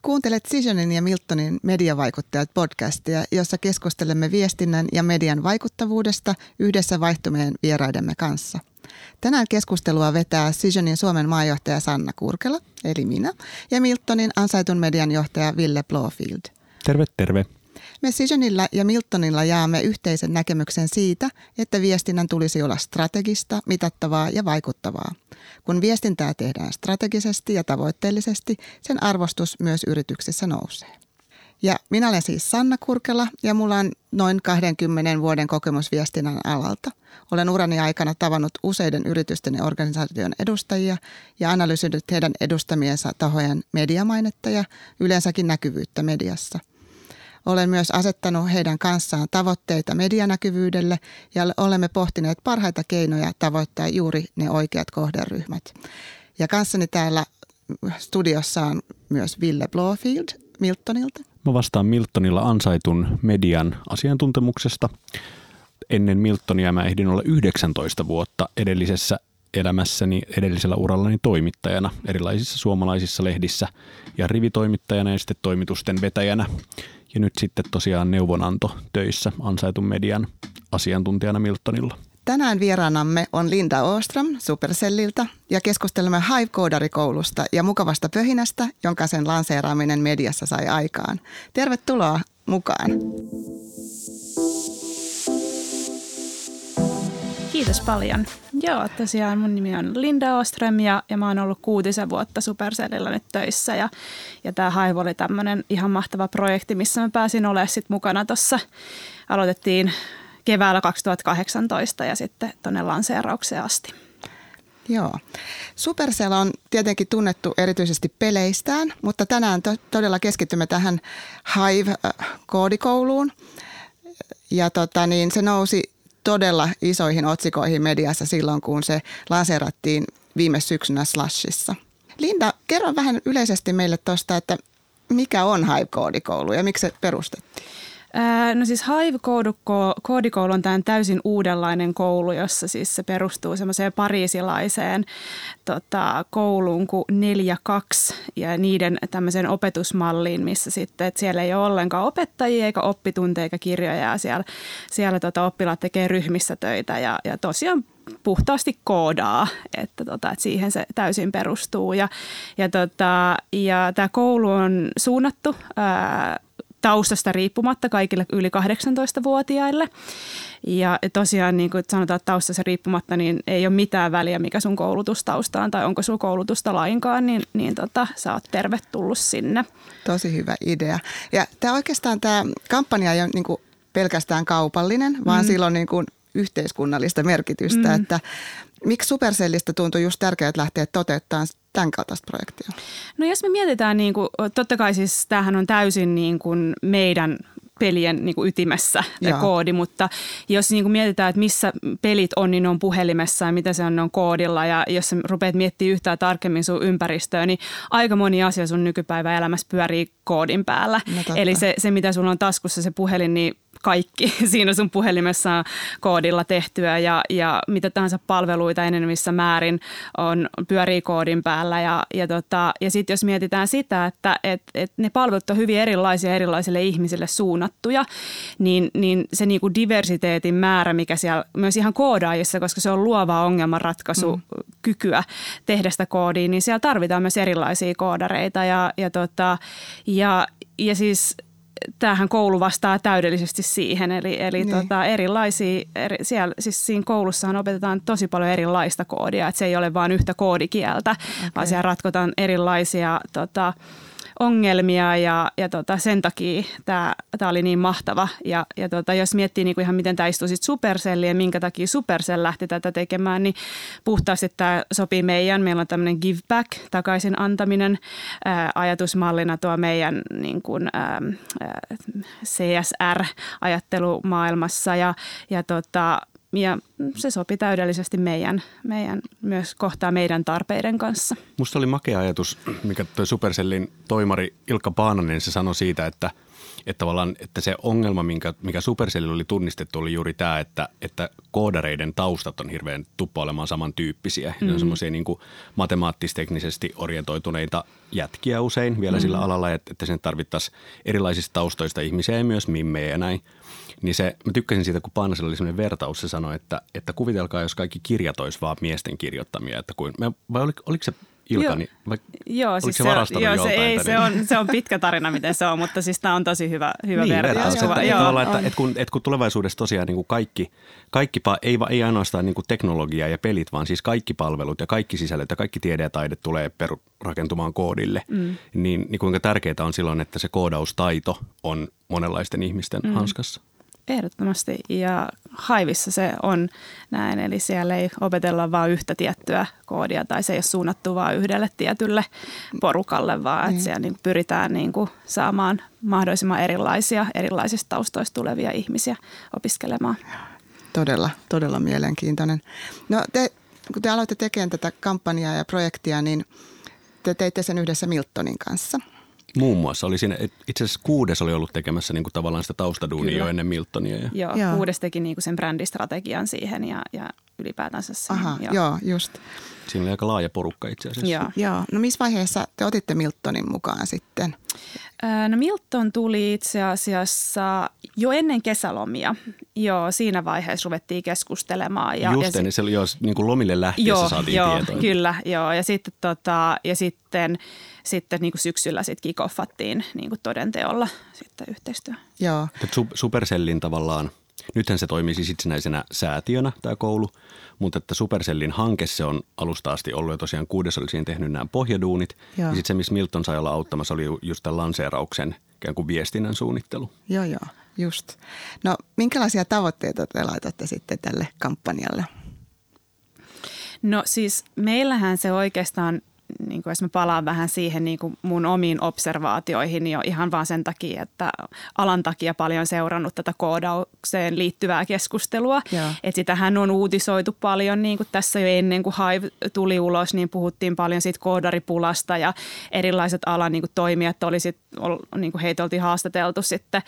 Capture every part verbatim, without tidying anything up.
Kuuntelet Cisionin ja Miltonin Mediavaikuttajat podcastia, jossa keskustelemme viestinnän ja median vaikuttavuudesta yhdessä vaihtumien vieraidemme kanssa. Tänään keskustelua vetää Cisionin Suomen maajohtaja Sanna Kurkela, eli minä, ja Miltonin ansaitun median johtaja Ville Blåfield. Terve, terve. Me Cisionilla ja Miltonilla jaamme yhteisen näkemyksen siitä, että viestinnän tulisi olla strategista, mitattavaa ja vaikuttavaa. Kun viestintää tehdään strategisesti ja tavoitteellisesti, sen arvostus myös yrityksissä nousee. Ja minä olen siis Sanna Kurkela ja mulla on noin kaksikymmentä vuoden kokemus viestinnän alalta. Olen urani aikana tavannut useiden yritysten ja organisaation edustajia ja analysoinut heidän edustamiensa tahojen mediamainetta ja yleensäkin näkyvyyttä mediassa. Olen myös asettanut heidän kanssaan tavoitteita medianäkyvyydelle ja olemme pohtineet parhaita keinoja tavoittaa juuri ne oikeat kohderyhmät. Ja kanssani täällä studiossa on myös Ville Blåfield Miltonilta. Mä vastaan Miltonilla ansaitun median asiantuntemuksesta. Ennen Miltonia mä ehdin olla yhdeksäntoista vuotta edellisessä elämässäni, edellisellä urallani toimittajana erilaisissa suomalaisissa lehdissä ja rivitoimittajana ja sitten toimitusten vetäjänä. Ja nyt sitten tosiaan neuvonanto töissä ansaitun median asiantuntijana Miltonilla. Tänään vieraanamme on Linda Åström Supercelliltä ja keskustelemme Hive-koodarikoulusta ja mukavasta pöhinästä, jonka sen lanseeraaminen mediassa sai aikaan. Tervetuloa mukaan. Kiitos paljon. Joo, tosiaan mun nimi on Linda Åström ja, ja mä oon ollut kuutisen vuotta Supercellillä nyt töissä. Ja, ja tää Hive oli tämmönen ihan mahtava projekti, missä mä pääsin olemaan sit mukana tuossa. Aloitettiin keväällä kaksituhattakahdeksantoista ja sitten tuonne lanseeraukseen asti. Joo. Supercell on tietenkin tunnettu erityisesti peleistään, mutta tänään to- todella keskitymme tähän Hive-koodikouluun. Ja tota, niin se nousi todella isoihin otsikoihin mediassa silloin, kun se lanseerattiin viime syksynä Slashissa. Linda, kerro vähän yleisesti meille tuosta, että mikä on Hive-koodikoulu ja miksi se perustettiin? No siis Hive-koodikoulu on tämän täysin uudenlainen koulu, jossa siis se perustuu semmoiseen pariisilaiseen tota, kouluun kuin neljä kaksi ja niiden tämmöiseen opetusmalliin, missä sitten, että siellä ei ole ollenkaan opettajia eikä oppitunteja eikä kirjoja ja siellä, siellä tota, oppilaat tekee ryhmissä töitä ja, ja tosiaan puhtaasti koodaa, että, tota, että siihen se täysin perustuu ja, ja, tota, ja tämä koulu on suunnattu ää, taustasta riippumatta kaikille yli kahdeksantoistavuotiaille. Ja tosiaan niin kuin sanotaan, että taustasta riippumatta, niin ei ole mitään väliä, mikä sun koulutustausta on tai onko sun koulutusta lainkaan, niin, niin tota, sä oot tervetullut sinne. Tosi hyvä idea. Ja tämä oikeastaan tämä kampanja ei ole niin kuin pelkästään kaupallinen, vaan mm. sillä on niin kuin yhteiskunnallista merkitystä, mm. että miksi Supercellistä tuntui just tärkeää lähteä toteuttamaan tämän kaltaista projektia? No jos me mietitään, niin kuin, totta kai siis tämähän on täysin niin kuin meidän pelien niin kuin ytimessä tämä koodi, mutta jos niin kuin mietitään, että missä pelit on, niin ne on puhelimessa ja mitä se on, ne on koodilla. Ja jos sä rupeat miettimään yhtään tarkemmin sun ympäristöä, niin aika moni asia sun nykypäivän elämässä pyörii koodin päällä. No eli se, se, mitä sulla on taskussa, se puhelin, niin kaikki siinä sun puhelimessa on koodilla tehtyä ja, ja mitä tahansa palveluita enenevissä määrin on, pyörii koodin päällä. Ja, ja, tota, ja sitten jos mietitään sitä, että et, et ne palvelut on hyvin erilaisia erilaisille ihmisille suunnattuja, niin, niin se niinku diversiteetin määrä, mikä siellä myös ihan koodaajissa, koska se on luovaa ongelmanratkaisukykyä mm. tehdä sitä koodia, niin siellä tarvitaan myös erilaisia koodareita ja, ja, tota, ja, ja siis tämähän koulu vastaa täydellisesti siihen, eli, eli niin. tota, erilaisia, eri, siellä, siis siinä koulussahan opetetaan tosi paljon erilaista koodia, että se ei ole vain yhtä koodikieltä, okay. vaan siellä ratkotaan erilaisia tota, ongelmia ja, ja tota, sen takia tämä, tämä oli niin mahtava. Ja, ja tota, jos miettii niin kuin ihan miten tämä istuu sitten Supercelliin ja minkä takia Supercell lähti tätä tekemään, niin puhtaasti tämä sopii meidän. Meillä on tämmöinen give back, takaisin antaminen ää, ajatusmallina tuo meidän niin kuin, ää, C S R-ajattelumaailmassa ja, ja tota, ja se sopi täydellisesti meidän, meidän, myös kohtaa meidän tarpeiden kanssa. Musta oli makea ajatus, mikä toi Supercellin toimari Ilkka Paananen, se sanoi siitä, että että tavallaan että se ongelma, minkä, mikä Supercellilla oli tunnistettu, oli juuri tämä, että, että koodareiden taustat on hirveän tuppa olemaan samantyyppisiä. Mm. Ne on semmoisia niin kuin matemaattis-teknisesti orientoituneita jätkiä usein vielä mm. sillä alalla, että, että sen tarvittaisiin erilaisista taustoista ihmisiä ja myös mimmejä ja näin. Niin se, mä tykkäsin siitä, kun Paanasella oli sellainen vertaus, se sanoi, että, että kuvitelkaa, jos kaikki kirjat olisi vaan miesten kirjoittamia, että kuin, vai oliko, oliko se Ilka, niin, vai, joo, siis se, se, varastanut joo, joltain? Se, ei, tai se, niin? on, se on pitkä tarina, miten se on, mutta siis tämä on tosi hyvä, hyvä niin, vertaus. Että, että, joo, että, että, kun, että kun tulevaisuudessa tosiaan niin kuin kaikki, kaikki, ei, ei ainoastaan niin kuin teknologia ja pelit, vaan siis kaikki palvelut ja kaikki sisällöt ja kaikki tiede ja taide tulee peru, rakentumaan koodille, mm. niin, niin kuinka tärkeää on silloin, että se koodaustaito on monenlaisten ihmisten mm. hanskassa. Ehdottomasti ja Hivessa se on näin, eli siellä ei opetella vain yhtä tiettyä koodia tai se ei ole suunnattu vain yhdelle tietylle porukalle, vaan mm. että siellä niin pyritään niin kuin saamaan mahdollisimman erilaisia, erilaisista taustoista tulevia ihmisiä opiskelemaan. Todella, todella mielenkiintoinen. No te, kun te aloitte tekemään tätä kampanjaa ja projektia, niin te teitte sen yhdessä Miltonin kanssa. Muun muassa oli siinä, itse asiassa Kuudes oli ollut tekemässä niin kuin tavallaan sitä taustaduunia Kyllä. jo ennen Miltonia. Ja. Joo, joo, Kuudes teki niin kuin sen brändistrategian siihen ja, ja ylipäätänsä siihen. Aha, joo. joo, just. Siinä oli aika laaja porukka itse asiassa. Joo. joo. No missä vaiheessa te otitte Miltonin mukaan sitten? No Milton tuli itse asiassa jo ennen kesälomia. Joo, siinä vaiheessa ruvettiin keskustelemaan. Ja, Just ja ennen, se oli jo niin kuin lomille lähtiessä joo, saatiin joo, tietoa. Kyllä, joo. Ja sitten, tota, ja sitten, sitten niin kuin syksyllä sit kick-offattiin niin kuin todenteolla sitten yhteistyö. Joo. Supercellin tavallaan, nythän se toimii siis itsenäisenä säätiönä tämä koulu, mutta että Supercellin hanke se on alusta asti ollut ja tosiaan Kuudes oli siinä tehnyt nämä pohjaduunit. Joo. Ja sitten se, missä Milton sai olla auttamassa, oli just tämän lanseerauksen ikään kuin viestinnän suunnittelu. Joo, joo, just. No minkälaisia tavoitteita te laitatte sitten tälle kampanjalle? No siis meillähän se oikeastaan, niin kuin jos mä palaan vähän siihen niin kuin mun omiin observaatioihin jo ihan vaan sen takia, että alan takia paljon seurannut tätä koodaukseen liittyvää keskustelua. Että sitähän on uutisoitu paljon niin kuin tässä jo ennen kuin Hive tuli ulos, niin puhuttiin paljon siitä koodaripulasta ja erilaiset alan niin kuin toimijat oli sit, niin kuin heitä oltiin haastateltu sitten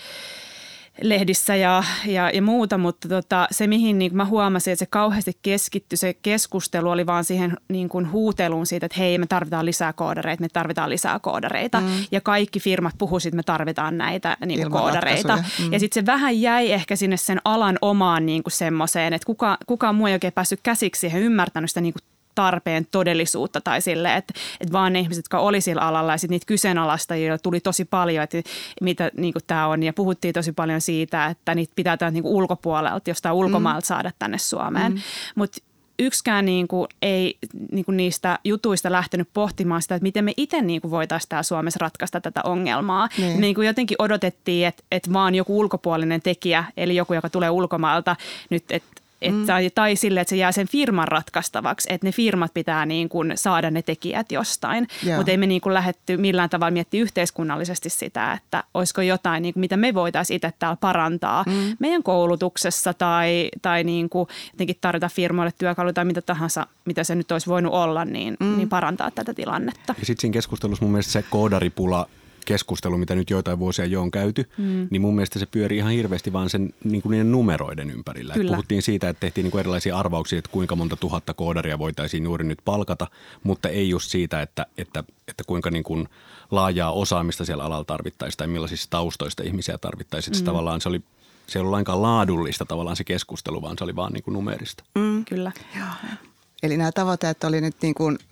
lehdissä ja, ja, ja muuta, mutta tota, se mihin niin mä huomasin, että se kauheasti keskittyi, se keskustelu oli vaan siihen niin kuin huuteluun siitä, että hei me tarvitaan lisää koodareita, me tarvitaan lisää koodareita mm. ja kaikki firmat puhuivat, että me tarvitaan näitä niin kuin koodareita mm. ja sitten se vähän jäi ehkä sinne sen alan omaan niin kuin semmoiseen, että kuka, kukaan muu ei oikein päässyt käsiksi siihen ymmärtänyt sitä niin kuin tarpeen todellisuutta tai silleen, että, että vaan ne ihmiset, jotka oli sillä alalla ja sitten niitä kyseenalaistajia tuli tosi paljon, että mitä niin kuin tämä on ja puhuttiin tosi paljon siitä, että niitä pitää täältä niin kuin ulkopuolelta, jostain ulkomailta mm. saada tänne Suomeen, mm. mutta yksikään niin kuin ei niin kuin niistä jutuista lähtenyt pohtimaan sitä, että miten me itse niin kuin voitaisiin täällä Suomessa ratkaista tätä ongelmaa. Niin. Niin kuin jotenkin odotettiin, että, että vaan joku ulkopuolinen tekijä, eli joku, joka tulee ulkomailta nyt, että Et, mm. tai, tai sille, että se jää sen firman ratkaistavaksi, että ne firmat pitää niin kuin saada ne tekijät jostain. Mutta ei me niin kuin lähdetty millään tavalla miettiä yhteiskunnallisesti sitä, että olisiko jotain, niin kuin, mitä me voitaisiin itse täällä parantaa mm. meidän koulutuksessa tai, tai niin kuin jotenkin tarjota firmoille työkaluja tai mitä tahansa, mitä se nyt olisi voinut olla, niin, mm. niin parantaa tätä tilannetta. Ja sitten siinä keskustelussa mun mielestä se koodaripula keskustelu, mitä nyt joitain vuosia jo on käyty, mm. niin mun mielestä se pyörii ihan hirveästi vaan sen niin kuin niiden numeroiden ympärillä. Puhuttiin siitä, että tehtiin niin kuin erilaisia arvauksia, että kuinka monta tuhatta koodaria voitaisiin juuri nyt palkata, mutta ei just siitä, että, että, että kuinka niin kuin laajaa osaamista siellä alalla tarvittaisiin tai millaisista taustoista ihmisiä tarvittaisiin. Mm. Tavallaan se oli, se ei ollut lainkaan laadullista tavallaan se keskustelu, vaan se oli vaan niin kuin numerista. Mm. Kyllä. Joo. Eli nämä tavoitteet oli nyt niin kuin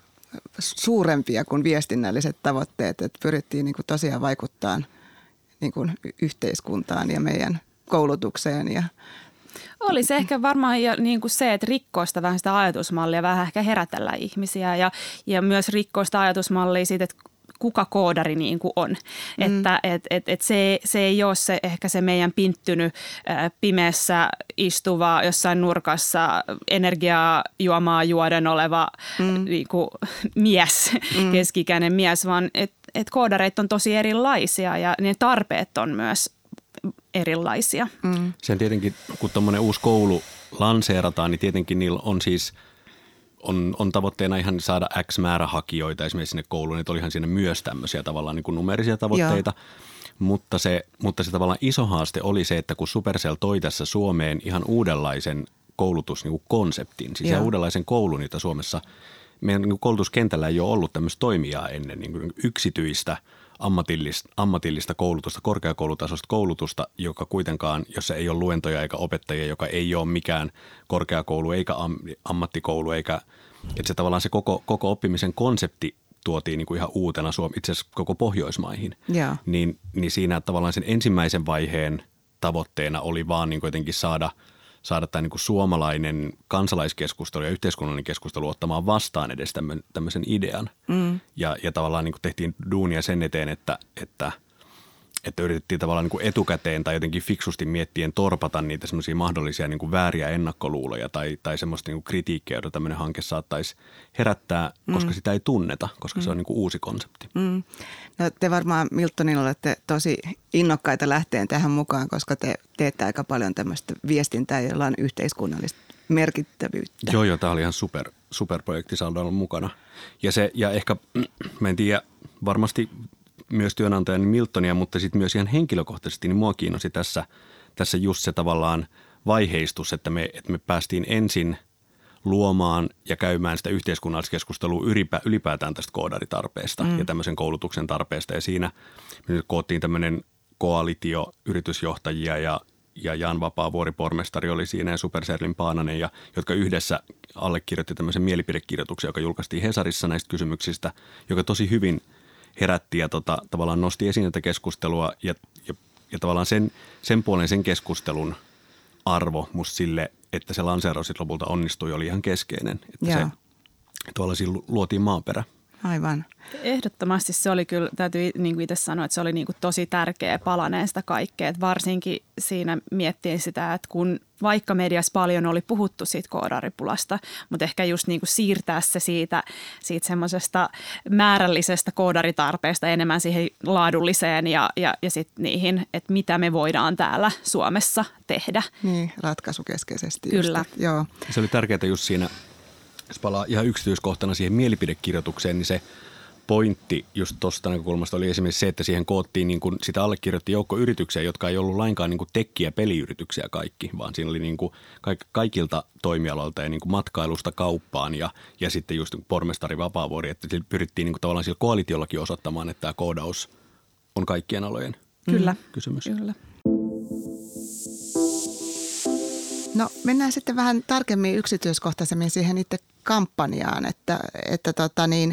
suurempia kuin viestinnälliset tavoitteet, että pyrittiin niin kuin tosiaan vaikuttaa niin kuin yhteiskuntaan ja meidän koulutukseen. Ja oli se ehkä varmaan ja niin kuin se, että rikkoista vähän sitä ajatusmallia, vähän ehkä herätellä ihmisiä ja, ja myös rikkoista ajatusmallia siitä, että kuka koodari niin kuin on. Mm. Että et, et, et se, se ei ole se, ehkä se meidän pinttynyt ä, pimeässä istuva jossain nurkassa energiaa juomaa juoden oleva mm. niin kuin, mies, mm. keski-ikäinen mies, vaan että et koodareita on tosi erilaisia ja ne tarpeet on myös erilaisia. Mm. Sen tietenkin, kun tuommoinen uusi koulu lanseerataan, niin tietenkin niillä on siis on, on tavoitteena ihan saada X määrä hakijoita esimerkiksi sinne kouluun, että olihan siinä myös tämmöisiä tavallaan niin kuin numerisia tavoitteita. Mutta se, mutta se tavallaan iso haaste oli se, että kun Supercell toi tässä Suomeen ihan uudenlaisen koulutuskonseptin, siis ihan uudenlaisen koulun, jota Suomessa meidän niin koulutuskentällä ei ole ollut tämmöistä toimijaa ennen, niin kuin yksityistä ammatillista, ammatillista koulutusta, korkeakoulutasoista koulutusta, joka kuitenkaan, jossa ei ole luentoja eikä opettajia, joka ei ole mikään korkeakoulu eikä am, ammattikoulu, eikä, että se tavallaan se koko, koko oppimisen konsepti tuotiin niin kuin ihan uutena Suomi, itse asiassa koko Pohjoismaihin, niin, niin siinä tavallaan sen ensimmäisen vaiheen tavoitteena oli vaan niin kuin jotenkin saada, saada tämä niin kuin suomalainen kansalaiskeskustelu ja yhteiskunnallinen keskustelu ottamaan vastaan edes tämmöisen idean. Mm. Ja, ja tavallaan niin kuin tehtiin duunia sen eteen, että, että, että yritettiin tavallaan niin kuin etukäteen tai jotenkin fiksusti miettien torpata niitä semmoisia mahdollisia niin kuin vääriä ennakkoluuloja tai, tai semmoista niin kuin kritiikkiä, jota tämmöinen hanke saattaisi herättää, koska mm. sitä ei tunneta, koska mm. se on niin kuin uusi konsepti. Mm. No te varmaan Miltonin olette tosi innokkaita lähteen tähän mukaan, koska te teette aika paljon tämmöistä viestintää, jolla on yhteiskunnallista merkittävyyttä. Joo, joo, tämä oli ihan super, superprojekti saada olla mukana. Ja, se, ja ehkä, mä en tiedä, varmasti myös työnantajan Miltonia, mutta sitten myös ihan henkilökohtaisesti, niin mua kiinnosti tässä, tässä just se tavallaan vaiheistus, että me, että me päästiin ensin luomaan ja käymään sitä yhteiskunnallista keskustelua ylipä, ylipäätään tästä koodaritarpeesta mm. ja tämmöisen koulutuksen tarpeesta. Ja siinä me nyt koottiin tämmöinen koalitio yritysjohtajia ja, ja Jan Vapaavuori pormestari oli siinä ja Supercellin Paananen, ja, jotka yhdessä allekirjoitti tämmöisen mielipidekirjoituksen, joka julkaistiin Hesarissa näistä kysymyksistä, joka tosi hyvin herätti ja tota, tavallaan nosti esiin tätä keskustelua ja, ja, ja tavallaan sen, sen puolen sen keskustelun arvo musta sille, että se lanseeraus sitten lopulta onnistui, oli ihan keskeinen. Että se, tuolla siinä luotiin maaperä. Aivan. Ehdottomasti se oli kyllä, täytyy niin kuin itse sanoa, että se oli niin kuin tosi tärkeä palaneen sitä kaikkea. Että varsinkin siinä miettii sitä, että kun vaikka mediassa paljon oli puhuttu siitä koodaripulasta, mutta ehkä just niin kuin siirtää se siitä, siitä semmoisesta määrällisestä koodaritarpeesta enemmän siihen laadulliseen ja, ja, ja sitten niihin, että mitä me voidaan täällä Suomessa tehdä. Niin, ratkaisukeskeisesti. Kyllä. Just, joo. Se oli tärkeää just siinä, jos palaa ihan yksityiskohtana siihen mielipidekirjoitukseen, niin se pointti just tuosta näkökulmasta oli esimerkiksi se, että siihen koottiin, niin kuin sitä allekirjoitti joukko yrityksiä, jotka ei ollut lainkaan niin kuin tekki- ja peliyrityksiä kaikki, vaan siinä oli niin kuin kaikilta toimialoilta ja niin kuin matkailusta kauppaan ja, ja sitten just pormestari Vapaavuori, että pyrittiin niin kuin tavallaan sillä koalitiollakin osoittamaan, että tämä koodaus on kaikkien alojen Kyllä. kysymys. Kyllä. No mennään sitten vähän tarkemmin yksityiskohtaisemmin siihen itse kampanjaan, että, että tota niin,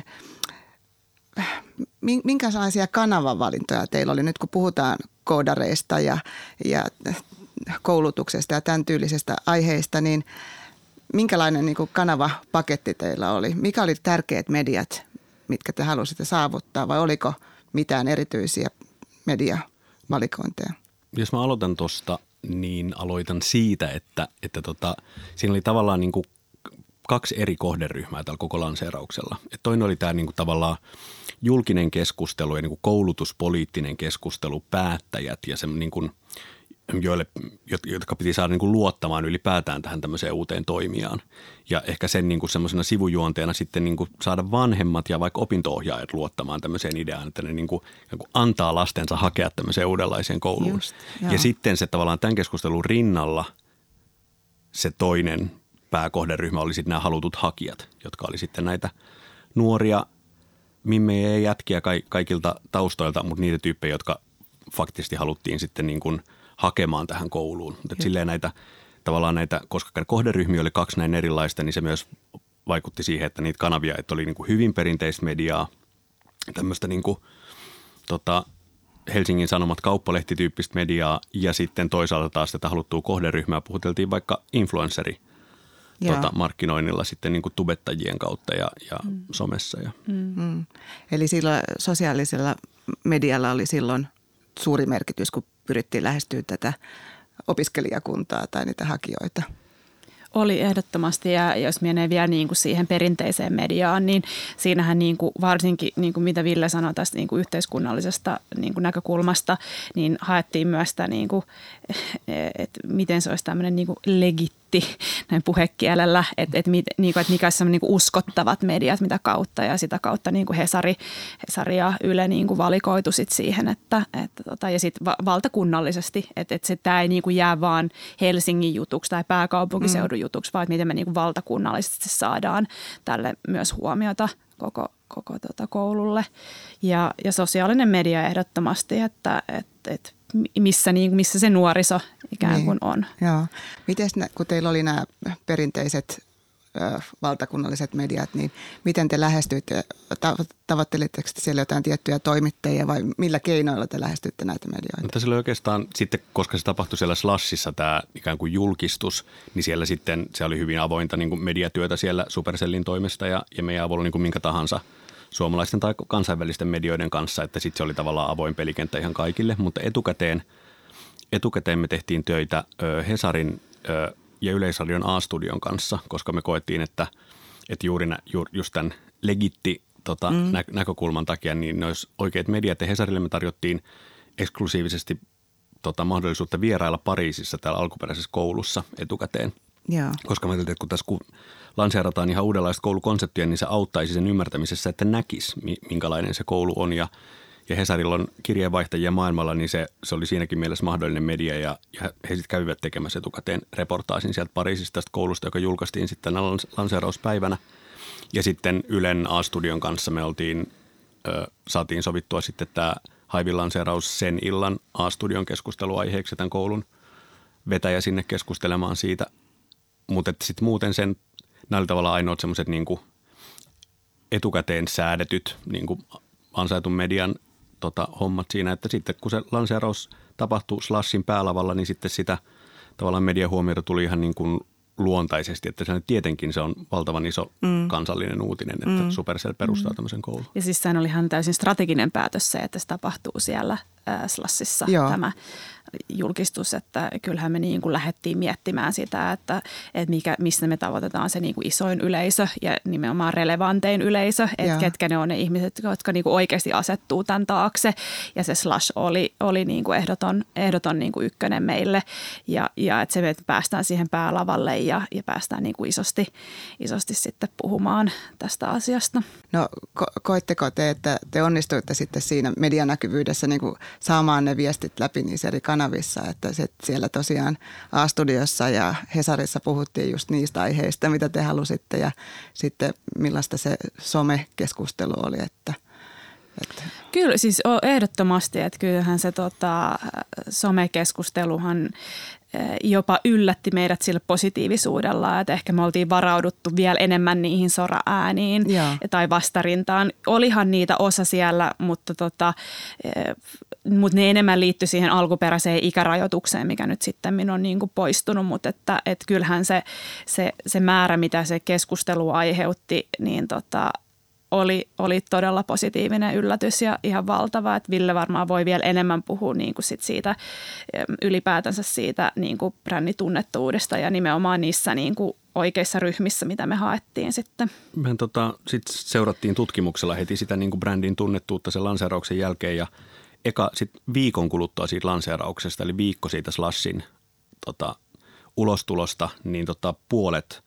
minkälaisia kanavavalintoja teillä oli nyt, kun puhutaan koodareista ja, ja koulutuksesta ja tämän tyylisestä aiheista, niin minkälainen niin kuin kanavapaketti teillä oli? Mikä oli tärkeät mediat, mitkä te halusitte saavuttaa, vai oliko mitään erityisiä mediavalikointeja? Jos mä aloitan tuosta, niin aloitan siitä, että, että tota, siinä oli tavallaan niin kuin kaksi eri kohderyhmää tällä koko lanseerauksella. Et toinen oli tämä niin kuin tavallaan julkinen keskustelu ja niin kuin koulutuspoliittinen keskustelu, päättäjät ja se niin kuin, joille, jotka piti saada niin kuin luottamaan ylipäätään tähän tämmöiseen uuteen toimijaan. Ja ehkä sen niin kuin semmoisena sivujuonteena sitten niin kuin saada vanhemmat ja vaikka opinto-ohjaajat luottamaan tämmöiseen ideaan, että ne niin kuin, niin kuin antaa lastensa hakea tämmöiseen uudenlaiseen kouluun. Just, ja sitten se tavallaan tämän keskustelun rinnalla se toinen pääkohderyhmä oli sitten nämä halutut hakijat, jotka oli sitten näitä nuoria mimmejä ja jätkiä kaikilta taustoilta, mutta niitä tyyppejä, jotka faktisesti haluttiin sitten niin kuin hakemaan tähän kouluun. Mutta silleen näitä, tavallaan näitä, koska kohderyhmiä oli kaksi näin erilaista, niin se myös vaikutti siihen, että niitä kanavia, että oli niin kuin hyvin perinteistä mediaa, tämmöistä niin kuin, tota, Helsingin Sanomat kauppalehtityyppistä mediaa ja sitten toisaalta taas tätä haluttua kohderyhmää puhuteltiin vaikka influensseri Tota, markkinoinnilla sitten niin kuin tubettajien kautta ja, ja mm. somessa. Ja. Mm. Eli silloin sosiaalisella medialla oli silloin suuri merkitys, kun pyrittiin lähestyä tätä opiskelijakuntaa tai niitä hakijoita. Oli ehdottomasti, ja jos menee vielä niin kuin siihen perinteiseen mediaan, niin siinähän niin kuin varsinkin, niin kuin mitä Ville sanoi tästä niin kuin yhteiskunnallisesta niin kuin näkökulmasta, niin haettiin myös sitä, niin kuin, että miten se olisi tämmöinen niin kuin legittiimi netti näin puhekielellä, että et, niinku, et mikä on semmoinen niinku uskottavat mediat, mitä kautta ja sitä kautta niinku Hesari, Hesari ja Yle niinku valikoitu sit siihen, että et, tota, ja sitten va- valtakunnallisesti, että et se tämä ei niinku jää vaan Helsingin jutuksi tai pääkaupunkiseudun mm. jutuksi, vaan että miten me niinku valtakunnallisesti saadaan tälle myös huomiota koko, koko tota koululle. Ja, ja sosiaalinen media ehdottomasti, että et, et missä, niin, missä se nuoriso ikään kuin niin on. Joo. Miten kun teillä oli nämä perinteiset ö, valtakunnalliset mediat, niin miten te lähestyitte? Tavoittelitteko te siellä jotain tiettyjä toimittajia vai millä keinoilla te lähestyitte näitä medioita? Mutta se oli oikeastaan sitten, koska se tapahtui siellä Slashissa tämä ikään kuin julkistus, niin siellä sitten se oli hyvin avointa niin kuin mediatyötä siellä Supercellin toimesta ja, ja meidän avulla niin kuin minkä tahansa suomalaisten tai kansainvälisten medioiden kanssa, että sitten se oli tavallaan avoin pelikenttä ihan kaikille, mutta etukäteen, etukäteen me tehtiin töitä ö, Hesarin ö, ja Yleisradion A-studion kanssa, koska me koettiin, että, että juuri nä, ju, just tämän legitti tota, mm. nä, näkökulman takia, niin ne olisi oikeat mediat ja Hesarille me tarjottiin eksklusiivisesti tota, mahdollisuutta vierailla Pariisissa täällä alkuperäisessä koulussa etukäteen, yeah. koska me ajattelin, että kun tässä kun lanseerataan ihan uudenlaista koulukonseptia, niin se auttaisi sen ymmärtämisessä, että näkisi, minkälainen se koulu on. Ja, ja Hesarilla on kirjeenvaihtajia maailmalla, niin se, se oli siinäkin mielessä mahdollinen media. Ja, ja he sitten kävivät tekemässä etukäteen reportaasin sieltä Pariisista tästä koulusta, joka julkaistiin sitten lanseerauspäivänä. Ja sitten Ylen A-studion kanssa me oltiin, ö, saatiin sovittua sitten tämä Haivin lanseeraus sen illan A-studion keskusteluaiheeksi tämän koulun vetäjä sinne keskustelemaan siitä. Mutta sitten muuten sen nämä oli tavallaan ainoat semmoiset niin kuin etukäteen säädetyt niin kuin ansaitun median tota, hommat siinä, että sitten kun se lanseeraus tapahtui Slashin päälavalla, niin sitten sitä tavallaan mediahuomiota tuli ihan niin kuin luontaisesti, että se tietenkin se on valtavan iso mm. kansallinen uutinen, että mm. Supercell perustaa mm. tämmöisen koulun. Ja siis sehän oli ihan täysin strateginen päätös se, että se tapahtuu siellä äh, Slashissa tämä julkistus, että kyllähän me niin kuin lähdettiin miettimään sitä, että, että mikä, mistä me tavoitetaan se niin kuin isoin yleisö ja nimenomaan relevantein yleisö, että Joo. ketkä ne on ne ihmiset, jotka niin kuin oikeasti asettuu tämän taakse ja se Slash oli, oli niin kuin ehdoton, ehdoton niin kuin ykkönen meille ja, ja että se me päästään siihen päälavalle ja, ja päästään niin kuin isosti, isosti sitten puhumaan tästä asiasta. No ko- koitteko te, että te onnistuitte sitten siinä medianäkyvyydessä niin kuin saamaan ne viestit läpi niissä eri kanavissa, että se, siellä tosiaan A-studiossa ja Hesarissa puhuttiin just niistä aiheista, mitä te halusitte ja sitten millaista se somekeskustelu oli, että, että. Kyllä siis ehdottomasti, että kyllähän se tota, somekeskusteluhan jopa yllätti meidät sillä positiivisuudella, että ehkä me oltiin varauduttu vielä enemmän niihin sora-ääniin Joo. tai vastarintaan. Olihan niitä osa siellä, mutta, tota, mutta ne enemmän liittyi siihen alkuperäiseen ikärajoitukseen, mikä nyt sitten on niin kuin poistunut, mutta että, että kyllähän se, se, se määrä, mitä se keskustelu aiheutti, niin tota, Oli, oli todella positiivinen yllätys ja ihan valtava, että Ville varmaan voi vielä enemmän puhua niin kuin sit siitä ylipäätänsä siitä niin kuin bränditunnettuudesta ja nimenomaan niissä niin kuin oikeissa ryhmissä, mitä me haettiin sitten. Me tota, sitten seurattiin tutkimuksella heti sitä niin kuin brändin tunnettuutta sen lanseerauksen jälkeen ja eka sit viikon kuluttua siitä lanseerauksesta, eli viikko siitä Slashin tota, ulostulosta, niin tota, puolet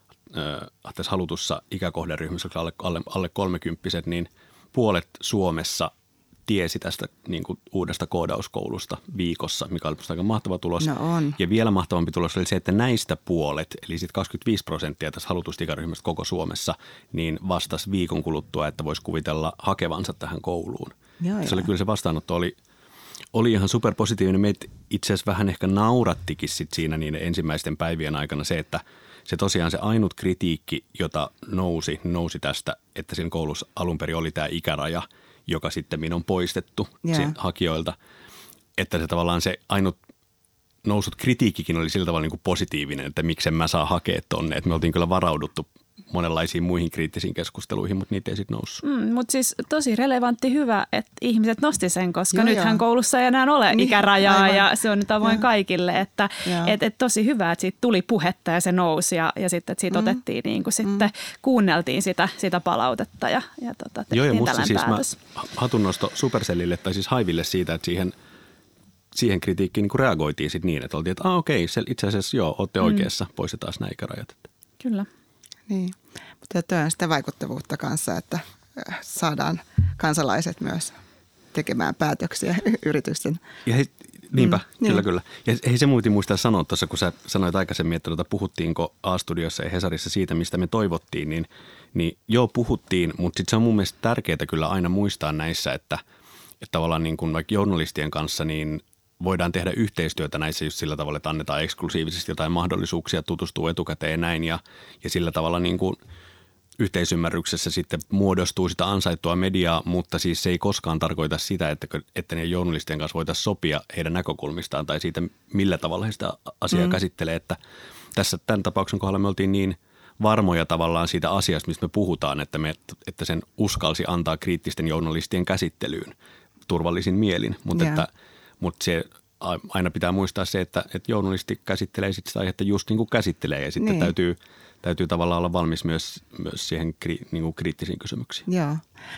tässä halutussa ikäkohderyhmässä, alle, alle, alle kolmekymppiset, niin puolet Suomessa tiesi tästä niin kuin uudesta koodauskoulusta viikossa, mikä oli aika mahtava tulos. No on. Ja vielä mahtavampi tulos oli se, että näistä puolet, eli sitten kaksikymmentäviisi prosenttia tässä halutusta ikäryhmästä koko Suomessa, niin vastasi viikon kuluttua, että voisi kuvitella hakevansa tähän kouluun. Joo, se oli kyllä se vastaanotto oli, oli ihan superpositiivinen. Meitä itse asiassa vähän ehkä naurattikin sit siinä niiden ensimmäisten päivien aikana se, että se tosiaan se ainut kritiikki, jota nousi, nousi tästä, että siinä koulussa alun perin oli tämä ikäraja, joka sitten on poistettu yeah. hakijoilta. Että se tavallaan se ainut nousut kritiikkikin oli sillä tavalla niin kuin positiivinen, että miksen mä saa hakea tonne. Että me oltiin kyllä varauduttu monenlaisiin muihin kriittisiin keskusteluihin, mutta niitä ei sitten noussut. Mm, mutta siis tosi relevantti hyvä, että ihmiset nosti sen, koska joo, nythän joo. koulussa ei enää ole niin, ikärajaa aivan. Ja se on nyt avoin joo. kaikille. Että et, et tosi hyvä, että siitä tuli puhetta ja se nousi ja, ja sitten että siitä mm. otettiin niin kuin sitten, mm. kuunneltiin sitä, sitä palautetta ja, ja tota, tehtiin joo, ja musta tällainen siis päätös. Mä hatunnosto Supercellille tai siis Haiville siitä, että siihen siihen kritiikkiin niin kuin reagoitiin sitten niin, että oltiin, että ah, okei, se itse asiassa joo, olette oikeassa, mm. poistetaan nämä ikärajat. Kyllä. Niin, mutta tuo on sitä vaikuttavuutta kanssa, että saadaan kansalaiset myös tekemään päätöksiä yritysten. Ja he, niinpä, mm, kyllä, niin. kyllä. Ja ei se muutin muistaa sanoa tuossa, kun sä sanoit aikaisemmin, että tuota, puhuttiinko A-studiossa ja Hesarissa siitä, mistä me toivottiin, niin, niin joo, puhuttiin, mutta sitten se on mun mielestä tärkeää kyllä aina muistaa näissä, että, että tavallaan niin kuin vaikka journalistien kanssa, niin voidaan tehdä yhteistyötä näissä just sillä tavalla, että annetaan eksklusiivisesti jotain mahdollisuuksia tutustua etukäteen näin ja, ja sillä tavalla niin kuin yhteisymmärryksessä sitten muodostuu sitä ansaittua mediaa, mutta siis se ei koskaan tarkoita sitä, että, että ne journalistien kanssa voitaisiin sopia heidän näkökulmistaan tai siitä, millä tavalla he sitä asiaa mm. käsittelee. Että tässä tämän tapauksen kohdalla me oltiin niin varmoja tavallaan siitä asiasta, mistä me puhutaan, että, me, että sen uskalsi antaa kriittisten journalistien käsittelyyn turvallisin mielin, mutta yeah. että Mutta se aina pitää muistaa se, että, että journalisti käsittelee sit sitä aihetta just niin kuin käsittelee ja sitten niin. täytyy, täytyy tavallaan olla valmis myös, myös siihen kri, niin kuin kriittisiin kysymyksiin. Joo.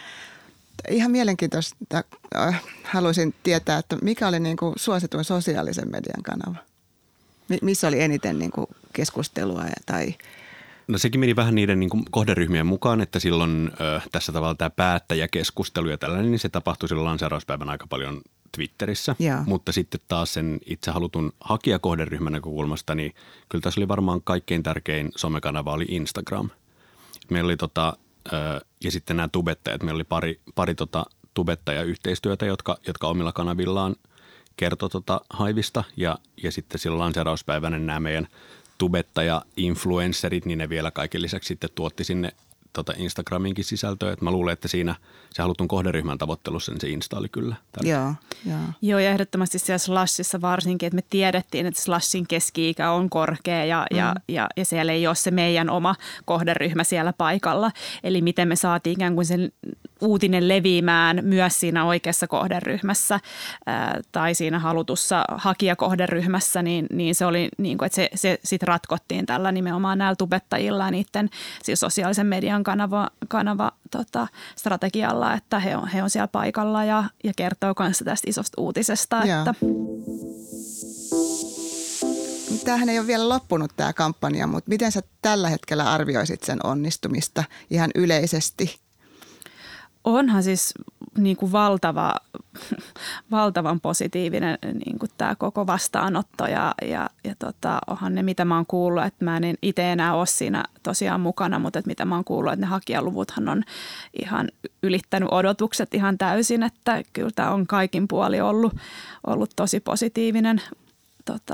Ihan mielenkiintoista. Haluaisin tietää, että mikä oli niin kuin suosituin sosiaalisen median kanava? Missä oli eniten niin kuin keskustelua tai... No sekin meni vähän niiden niin kuin kohderyhmien mukaan, että silloin ö, tässä tavalla tämä päättäjäkeskustelu ja tällainen, niin se tapahtui silloin lanseerauspäivän aika paljon Twitterissä, yeah. mutta sitten taas sen itse halutun hakijakohderyhmän näkökulmasta, niin kyllä tässä oli varmaan kaikkein tärkein somekanava oli Instagram. Meillä oli tota, ö, ja sitten nämä tubettajat, meillä oli pari, pari tota tubettajayhteistyötä, jotka, jotka omilla kanavillaan kertoi tota Haivista ja, ja sitten silloin lanseerauspäivänä nämä meidän tubettaja-influencerit, niin ne vielä kaiken lisäksi sitten tuotti sinne tota Instagraminkin sisältöä. Et mä luulen, että siinä se halutun kohderyhmän tavoittelussa niin se Insta oli kyllä tärkeä. Joo, joo. Joo, ja ehdottomasti siellä Slashissa varsinkin, että me tiedettiin, että Slashin keski-ikä on korkea ja, mm. ja, ja, ja siellä ei ole se meidän oma kohderyhmä siellä paikalla. Eli miten me saatiin ikään kuin sen uutinen leviämään myös siinä oikeassa kohderyhmässä ää, tai siinä halutussa hakijakohderyhmässä, niin, niin se oli niin kuin, että se, se sitten ratkottiin tällä nimenomaan näillä tubettajilla ja niiden siis sosiaalisen median kanava, kanava tota, strategialla, että he on, he on siellä paikalla ja, ja kertoo kanssa tästä isosta uutisesta. Että. Tämähän ei ole vielä loppunut tämä kampanja, mutta miten sä tällä hetkellä arvioisit sen onnistumista ihan yleisesti? Onhan siis niin kuin valtava, valtavan positiivinen niin kuin tämä koko vastaanotto ja, ja, ja tota, onhan ne, mitä mä oon kuullut, että mä en itse enää ole siinä tosiaan mukana, mutta että mitä mä oon kuullut, että ne hakijaluvuthan on ihan ylittänyt odotukset ihan täysin, että kyllä tämä on kaikin puoli ollut, ollut tosi positiivinen tota,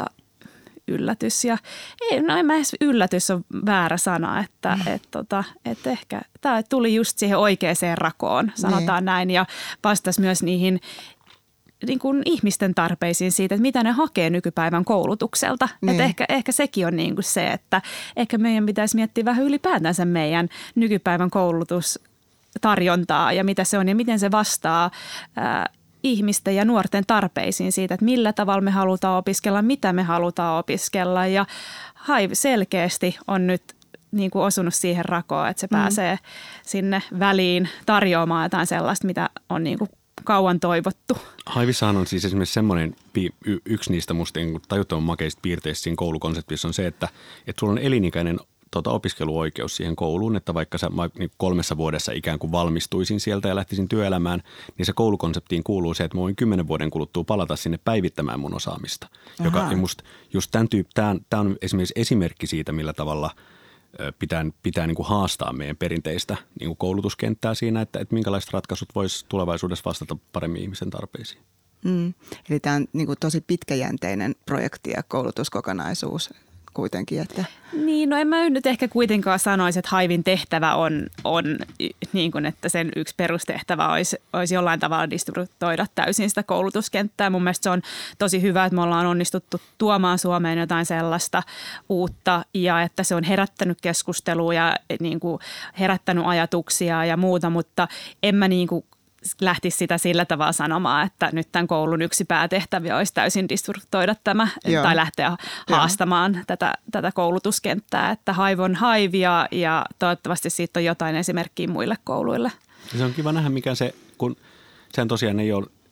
yllätys ja ei, no en mä edes yllätys on väärä sana, että mm. et, tota, et ehkä tämä tuli just siihen oikeaan rakoon, sanotaan ne. näin ja vastasi myös niihin niin kuin ihmisten tarpeisiin siitä, että mitä ne hakee nykypäivän koulutukselta. Että ehkä, ehkä sekin on niin kuin se, että ehkä meidän pitäisi miettiä vähän ylipäätänsä meidän nykypäivän koulutustarjontaa ja mitä se on ja miten se vastaa ää, ihmisten ja nuorten tarpeisiin siitä, että millä tavalla me halutaan opiskella, mitä me halutaan opiskella ja Hive selkeästi on nyt niin kuin osunut siihen rakoon, että se mm. pääsee sinne väliin tarjoamaan jotain sellaista, mitä on niin kuin kauan toivottu. Hiveissahan on siis esimerkiksi semmoinen, yksi niistä musta tajuttoman makeista piirteistä siinä koulukonseptissa on se, että, että sulla on elinikäinen Tota, opiskeluoikeus siihen kouluun, että vaikka sä niin kolmessa vuodessa ikään kuin valmistuisin sieltä ja lähtisin työelämään, niin se koulukonseptiin kuuluu se, että mä voin kymmenen vuoden kuluttua palata sinne päivittämään mun osaamista. Joka, ja musta just tämän tyyppi, tämä, tämä on esimerkiksi esimerkki siitä, millä tavalla pitää, pitää niin kuin haastaa meidän perinteistä niin kuin koulutuskenttää siinä, että, että minkälaiset ratkaisut vois tulevaisuudessa vastata paremmin ihmisen tarpeisiin. Mm. Eli tämä on niin kuin tosi pitkäjänteinen projekti ja koulutuskokonaisuus kuitenkin, että... Niin, no en mä nyt ehkä kuitenkaan sanoisi, että Hiven tehtävä on, on niin kuin, että sen yksi perustehtävä olisi, olisi jollain tavalla distributoida täysin sitä koulutuskenttää. Mun mielestä se on tosi hyvä, että me ollaan onnistuttu tuomaan Suomeen jotain sellaista uutta ja että se on herättänyt keskustelua ja niin kuin herättänyt ajatuksia ja muuta, mutta en mä niin kuin lähtisi sitä sillä tavalla sanomaan, että nyt tämän koulun yksi päätehtäviä olisi täysin disruptoida tämä Joo. tai lähteä haastamaan tätä, tätä koulutuskenttää, että Hive on Hive ja, ja toivottavasti siitä on jotain esimerkkiä muille kouluille. Se on kiva nähdä, mikä se, kun sehän tosiaan ei ole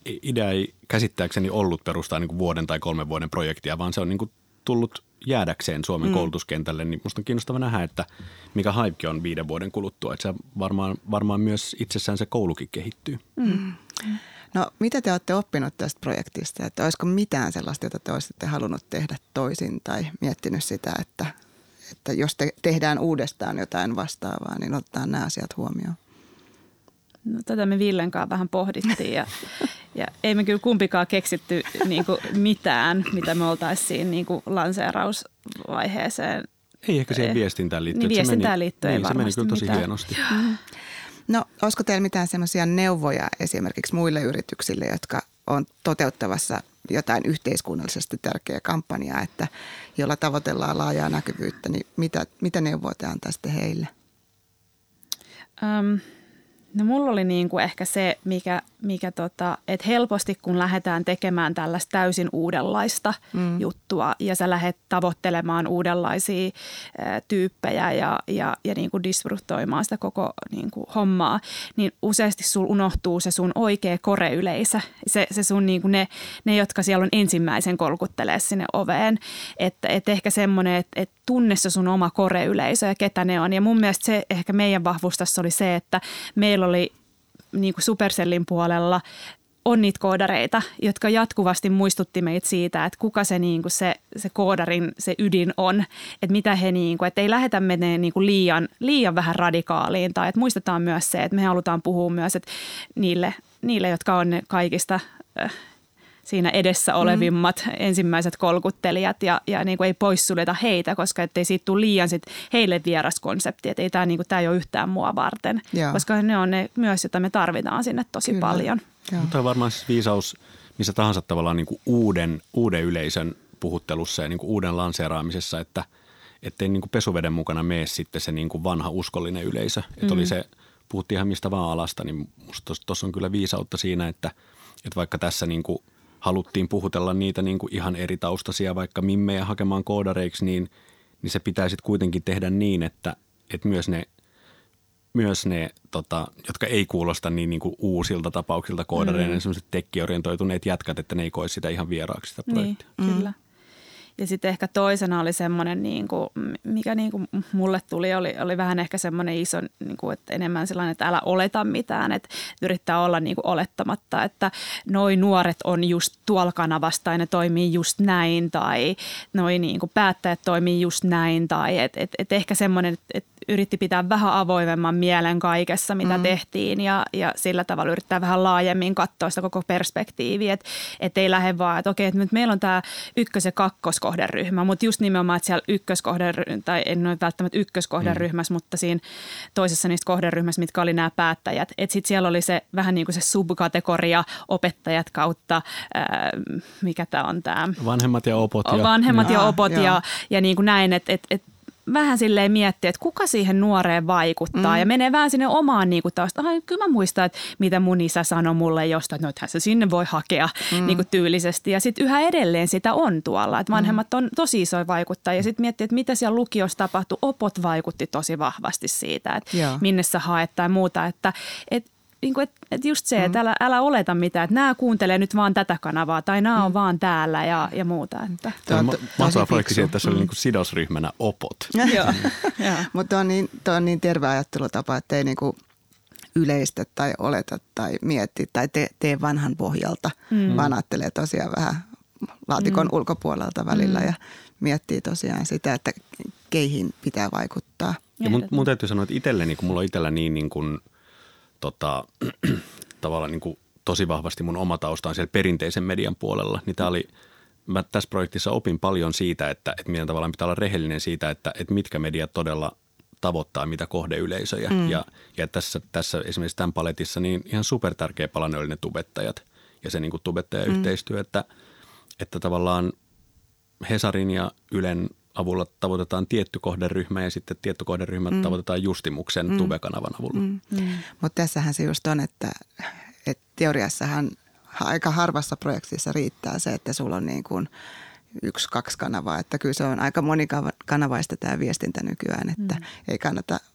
idea ei käsittääkseni ollut perustaa niin kuin vuoden tai kolmen vuoden projektia, vaan se on niin kuin tullut jäädäkseen Suomen mm. koulutuskentälle, niin musta on kiinnostava nähdä, että mikä hype on viiden vuoden kuluttua. Että se varmaan, varmaan myös itsessään se koulukin kehittyy. Mm. No mitä te olette oppinut tästä projektista? Että olisiko mitään sellaista, jota te olisitte halunnut tehdä toisin tai miettinyt sitä, että, että jos te tehdään uudestaan jotain vastaavaa, niin otetaan nämä asiat huomioon? No, tätä me Villen kanssa vähän pohdittiin ja, ja ei me kyllä kumpikaan keksitty niin kuin mitään, mitä me oltaisiin siinä niin kuin lanseerausvaiheeseen. Ei ehkä siihen viestintään liittyen. Niin viestintään liittyen niin, ei se meni kyllä tosi mitään. hienosti. Mm. No olisiko teillä mitään semmoisia neuvoja esimerkiksi muille yrityksille, jotka on toteuttavassa jotain yhteiskunnallisesti tärkeää kampanjaa, että jolla tavoitellaan laajaa näkyvyyttä, niin mitä, mitä neuvoa te antaisitte heille? Um. No mulla oli niin kuin ehkä se, mikä, mikä tota, että helposti kun lähdetään tekemään tällaista täysin uudenlaista mm. juttua ja sä lähdet tavoittelemaan uudenlaisia ä, tyyppejä ja, ja, ja niin kuin disruptoimaan sitä koko niin kuin hommaa, niin useasti sul unohtuu se sun oikea core-yleisö. Se, se sun niin kuin ne, ne, jotka siellä on ensimmäisen kolkuttelee sinne oveen. Että et ehkä semmoinen, että et tunne se sun oma core-yleisö ja ketä ne on. Ja mun mielestä se ehkä meidän vahvuus tässä oli se, että meillä oli niin kuin Supercellin puolella on niitä koodareita, jotka jatkuvasti muistutti meitä siitä, että kuka se, niin kuin se, se koodarin se ydin on, että mitä he, niin kuin, että ei lähdetä menee niin kuin liian, liian vähän radikaaliin tai että muistetaan myös se, että me halutaan puhua myös että niille, niille, jotka on ne kaikista äh, siinä edessä olevimmat mm. ensimmäiset kolkuttelijat ja, ja niin kuin ei poissuljeta heitä, koska ettei siitä tule liian sit heille vieras konsepti, että ei tämä niin kuin, tämä ei ole yhtään mua varten, Joo. koska ne on ne myös, joita me tarvitaan sinne tosi Kyllä. paljon. Mutta on varmaan siis viisaus missä tahansa tavallaan niin kuin uuden, uuden yleisön puhuttelussa ja niin kuin uuden lanseeraamisessa, että ettei niin kuin pesuveden mukana mene sitten se niin kuin vanha uskollinen yleisö. Että mm. oli se, puhuttiin ihan mistä vaan alasta, niin musta tuossa on kyllä viisautta siinä, että, että vaikka tässä niin kuin haluttiin puhutella niitä niin kuin ihan eri taustaisia, vaikka mimmejä hakemaan koodareiksi, niin, niin se pitää sitten kuitenkin tehdä niin, että, että myös ne, myös ne tota, jotka ei kuulosta niin, niin kuin uusilta tapauksilta koodareina, mm. sellaiset tekkiorientoituneet jätkät, että ne ei koe sitä ihan vieraaksi sitä projektia. Niin, kyllä. Ja sitten ehkä toisena oli semmoinen, niin kuin, mikä niin kuin mulle tuli, oli, oli vähän ehkä semmoinen iso, niin kuin, että enemmän sellainen, että älä oleta mitään, että yrittää olla niin kuin olettamatta, että noi nuoret on just tuolla kanavasta ja ne toimii just näin tai noi niin kuin päättäjät toimii just näin tai että et, et ehkä semmoinen, että yritti pitää vähän avoimemman mielen kaikessa, mitä mm. tehtiin ja, ja sillä tavalla yrittää vähän laajemmin katsoa sitä koko perspektiiviä, että et ei lähde vaan, että okei, että nyt meillä on tämä ykkös- ja kakkoskohderyhmä, mutta just nimenomaan, että siellä ykköskohderyhmä, tai en ole välttämättä ykköskohderyhmässä, mm. mutta siinä toisessa niistä kohderyhmässä, mitkä oli nämä päättäjät, että sitten siellä oli se vähän niin kuin se subkategoria opettajat kautta, ää, mikä tämä on tämä? Vanhemmat ja opot. Ja, Vanhemmat ja, ja opot ja, ja, ja niin kuin näin, että et, et, vähän silleen miettiä, että kuka siihen nuoreen vaikuttaa mm. ja menee vähän sinne omaan niin kuin taas, ai kyllä mä muistan, että mitä mun isä sanoi mulle jostain, että noithän se sinne voi hakea mm. niin kuin tyylisesti ja sitten yhä edelleen sitä on tuolla, että vanhemmat on tosi isoja vaikuttaa ja sitten miettiä, että mitä siellä lukiossa tapahtui, opot vaikutti tosi vahvasti siitä, että Joo. minne sä haet tai muuta, että et, niin kuin, että, että just se, että älä, älä oleta mitään, että nämä kuuntelee nyt vaan tätä kanavaa tai nämä on mm. vaan täällä ja, ja muuta. Että. Tämä on mahtava projekti siitä, että tässä oli niin kuin sidosryhmänä opot. Mutta on niin, on niin terve ajattelutapa, että ei niin kuin yleistä tai oleta tai mietti tai tee, tee vanhan pohjalta, mm. vaan ajattelee tosiaan vähän laatikon mm. ulkopuolelta välillä mm. ja miettii tosiaan sitä, että keihin pitää vaikuttaa. Ja mun, mun täytyy sanoa, että itselleni, kun mulla on itsellä niin, niin kuin Tota, tavallaan niin kuin tosi vahvasti mun oma tausta on siellä perinteisen median puolella, niin tää oli, mä tässä projektissa opin paljon siitä, että, että miten tavallaan pitää olla rehellinen siitä, että, että mitkä mediat todella tavoittaa mitä kohdeyleisöjä. Mm. Ja, ja tässä, tässä esimerkiksi tämän paletissa niin ihan super tärkeä palanen oli ne tubettajat ja se niin kuin tubettajayhteistyö, mm. että, että tavallaan Hesarin ja Ylen avulla tavoitetaan tietty kohderyhmä ja sitten tietty kohderyhmä mm. tavoitetaan Justimuksen mm. Tube-kanavan avulla. Mm. Mm. Mutta tässähän se just on, että, että teoriassahan aika harvassa projektissa riittää se, että sulla on niin kuin yksi, kaksi kanavaa. Että kyllä se on aika monikanavaista tämä viestintä nykyään, että mm. ei kannata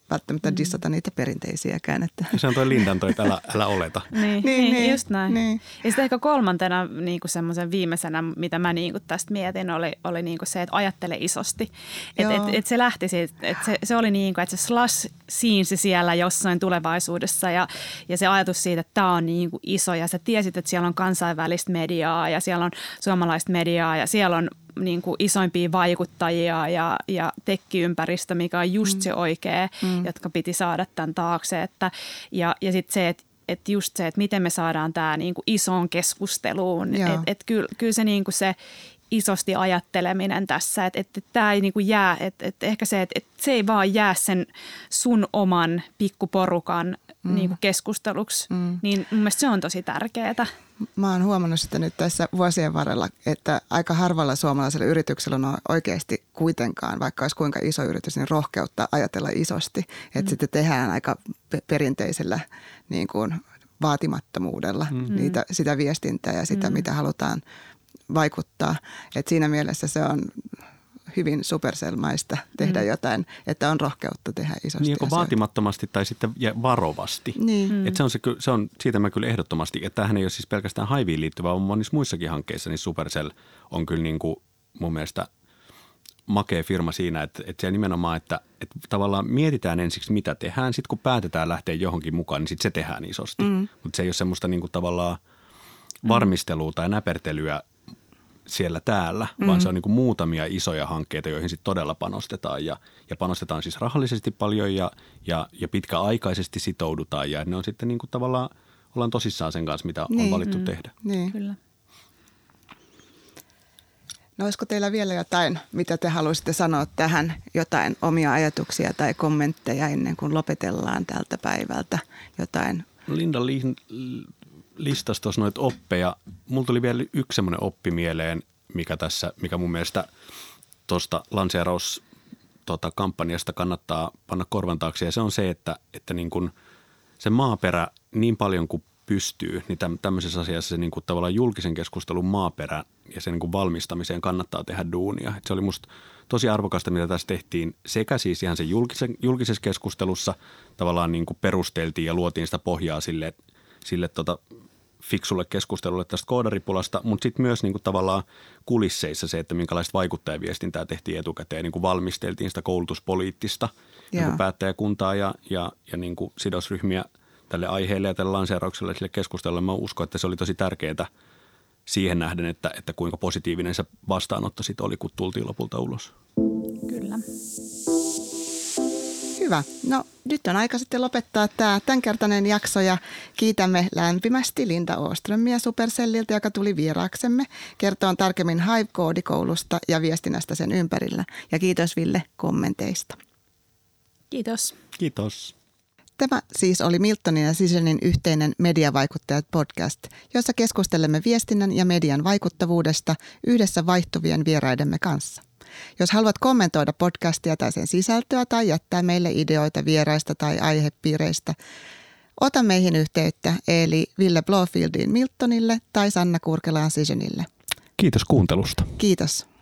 välttämättä dissata niitä perinteisiäkään. Että. Se on toi Lindan toi, että älä, älä oleta. niin, niin, niin, niin, just näin. Niin. Ja sitten ehkä kolmantena niin kuin semmoisen viimeisenä, mitä mä niin kuin tästä mietin, oli, oli niin kuin se, että ajattele isosti. Että et, et se lähti siitä, että se, se oli niin kuin, että se slash siinsi siellä jossain tulevaisuudessa ja, ja se ajatus siitä, että tämä on niin kuin iso ja sä tiesit, että siellä on kansainvälistä mediaa ja siellä on suomalaista mediaa ja siellä on niin kuin isoimpia vaikuttajia ja, ja tekkiympäristö, mikä on just mm. se oikea, mm. jotka piti saada tämän taakse. Että, ja ja sitten se, että et just se, että miten me saadaan tämä niin kuin isoon keskusteluun. Että et kyllä, kyllä se, niin kuin se isosti ajatteleminen tässä, että et, et tämä ei niin kuin jää, että et ehkä se, että et se ei vaan jää sen sun oman pikkuporukan mm. niin kuin keskusteluksi, mm. niin mun mielestä se on tosi tärkeää. Mä oon huomannut sitä nyt tässä vuosien varrella, että aika harvalla suomalaisella yrityksellä on oikeasti kuitenkaan, vaikka olisi kuinka iso yritys, niin rohkeutta ajatella isosti. Että mm. sitten tehdään aika perinteisellä niin kuin vaatimattomuudella mm. niitä, sitä viestintää ja sitä, mm. mitä halutaan vaikuttaa. Että siinä mielessä se on hyvin Supercell-maista tehdä mm. jotain, että on rohkeutta tehdä isosti niin, joko vaatimattomasti tai sitten varovasti. Niin. Mm. Et se on se, se on, siitä mä kyllä ehdottomasti, että tämähän ei ole siis pelkästään Hiviin liittyvä, vaan monissa muissakin hankkeissa, niin Supercell on kyllä niin kuin mun mielestä makea firma siinä, että, että siellä nimenomaan, että, että tavallaan mietitään ensiksi, mitä tehdään. Sitten kun päätetään lähteä johonkin mukaan, niin sitten se tehdään isosti. Mm. Mutta se ei ole semmoista niin kuin tavallaan varmistelua tai näpertelyä siellä täällä, mm. vaan se on niin kuin muutamia isoja hankkeita, joihin sitten todella panostetaan ja, ja panostetaan siis rahallisesti paljon ja, ja, ja pitkäaikaisesti sitoudutaan ja ne on sitten niin kuin tavallaan, ollaan tosissaan sen kanssa, mitä niin. on valittu mm. tehdä. Niin. Kyllä. No olisiko teillä vielä jotain, mitä te haluaisitte sanoa tähän, jotain omia ajatuksia tai kommentteja ennen kuin lopetellaan tältä päivältä jotain? Linda li- listasi tuossa noita oppeja. Mulla tuli vielä yksi semmoinen oppi mieleen, mikä tässä, mikä mun mielestä tuosta lanseerauskampanjasta kannattaa panna korvan taakse. Ja se on se, että, että niin kun se maaperä niin paljon kuin pystyy, niin tämmöisessä asiassa se niin kuin tavallaan julkisen keskustelun maaperä ja sen niin kuin valmistamiseen kannattaa tehdä duunia. Et se oli musta tosi arvokasta, mitä tässä tehtiin sekä siis ihan sen julkisen, julkisessa keskustelussa tavallaan niin kuin perusteltiin ja luotiin sitä pohjaa sille, sille tota fiksulle keskustelulle tästä koodaripulasta, mutta sitten myös niin kuin tavallaan kulisseissa se, että minkälaista vaikuttajaviestintää tehtiin etukäteen, niin kuin valmisteltiin sitä koulutuspoliittista niin kuin päättäjäkuntaa ja, ja, ja niin kuin sidosryhmiä tälle aiheelle ja tälle lanseeraukselle sille keskustelulle. Mä uskon, että se oli tosi tärkeää siihen nähden, että, että kuinka positiivinen se vastaanotto sitten oli, kun tultiin lopulta ulos. Kyllä. Hyvä. No nyt on aika sitten lopettaa tämä tämänkertainen jakso ja kiitämme lämpimästi Linda Åströmiä Supercelliltä, joka tuli vieraaksemme. Kertoo tarkemmin Hive-koodikoulusta ja viestinnästä sen ympärillä. Ja kiitos Ville kommenteista. Kiitos. Kiitos. Tämä siis oli Miltonin ja Cisionin yhteinen Mediavaikuttajat podcast, jossa keskustelemme viestinnän ja median vaikuttavuudesta yhdessä vaihtuvien vieraidemme kanssa. Jos haluat kommentoida podcastia tai sen sisältöä tai jättää meille ideoita vieraista tai aihepiireistä, ota meihin yhteyttä eli Ville Blofieldiin Miltonille tai Sanna Kurkelaan Cisionille. Kiitos kuuntelusta. Kiitos.